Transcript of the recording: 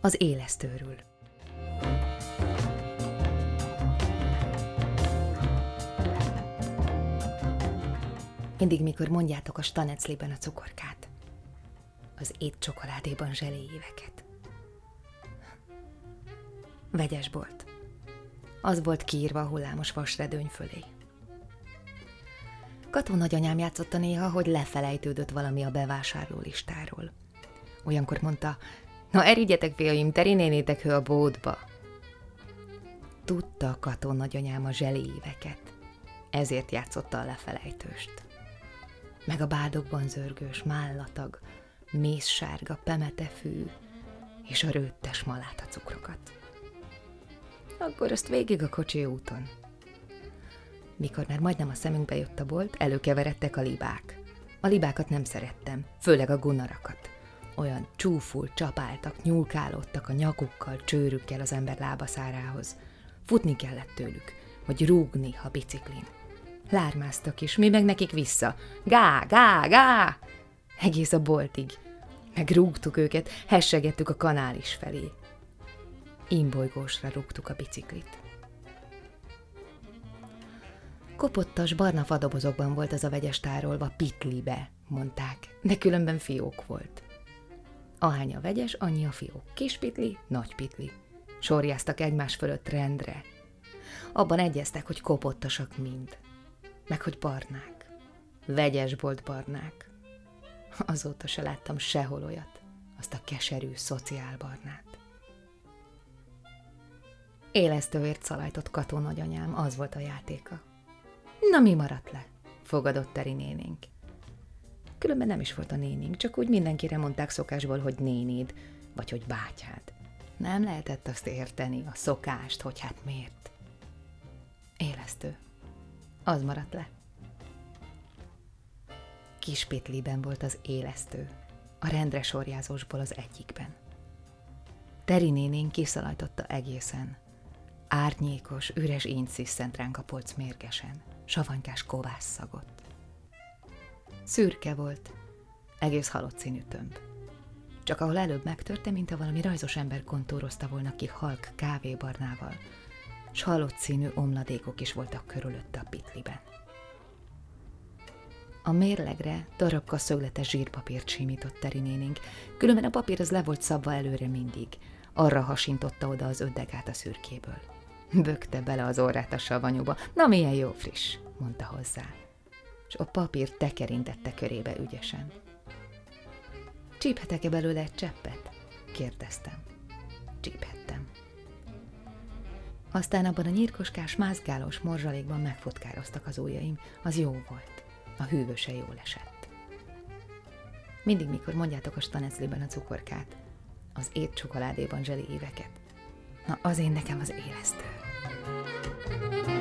az élesztőről. Mindig, mikor mondjátok a stanecliben a cukorkát, az étcsokoládéban zseléjéveket. Vegyesbolt. Az volt kiírva a hullámos vasredőny fölé. Kató nagyanyám játszotta néha, hogy lefelejtődött valami a bevásárló listáról. Olyankor mondta, na erigyetek, fiaim, Teri nénétek hő a bódba. Tudta a Kató nagyanyám a zseléjéveket, ezért játszotta a lefelejtőst. Meg a bádokban zörgős mállatag, mézsárga pemetefű és a rőttes malátacukrokat. Akkor azt végig a kocsi úton. Mikor már majdnem a szemünkbe jött a bolt, előkeveredtek a libák. A libákat nem szerettem, főleg a gunarakat. Olyan csúful csapáltak, nyúlkálódtak a nyakukkal, csőrükkel az ember lábaszárához. Futni kellett tőlük, vagy rúgni, ha biciklin. Lármáztak is, mi meg nekik vissza. Gá, gá, gá! Egész a boltig. Megrúgtuk őket, hessegettük a kanális felé. Imbolygósra rúgtuk a biciklit. Kopottas barna fadobozokban volt az a vegyes tárolva, pitlibe, mondták, de különben fiók volt. Ahány a vegyes, annyi a fiók. Kis pitli, nagy pitli. Sorjáztak egymás fölött rendre. Abban egyeztek, hogy kopottasak mind. Meg hogy barnák. Vegyesbolt barnák. Azóta se láttam sehol olyat, azt a keserű szociálbarnát. Élesztőért szalajtott Kató nagyanyám, az volt a játéka. Na, mi maradt le? Fogadott Teri nénénk. Különben nem is volt a nénénk, csak úgy mindenkire mondták szokásból, hogy nénéd, vagy hogy bátyád. Nem lehetett azt érteni, a szokást, hogy hát miért. Élesztő. Az maradt le. Kispitliben volt az élesztő, a rendre sorjázósból az egyikben. Teri nénénk kiszalajtotta egészen. Árnyékos, üres ínyt sziszent ránk a polc mérgesen, savanykás kovász szagot. Szürke volt, egész halott színű tömb. Csak ahol előbb megtörte, mint ha valami rajzos ember kontúrozta volna ki halk kávébarnával, s halott színű omladékok is voltak körülötte a pitliben. A mérlegre darabka szögletes zsírpapírt simított Teri nénénk, különben a papír az le volt szabva előre mindig, arra hasintotta oda az öddegát a szürkéből. Bökte bele az orrát a savanyúba. Na, milyen jó friss, mondta hozzá, és a papír tekerintette körébe ügyesen. Csíphetek-e belőle egy cseppet? Kérdeztem. Csíphettem. Aztán abban a nyírkoskás, mászgálós morzsalékban megfutkároztak az ujjaim, az jó volt. A hűvöse jól esett. Mindig, mikor mondjátok a stanecliben a cukorkát, az étcsokoládéban zseléjéveket, na az én nekem az élesztő.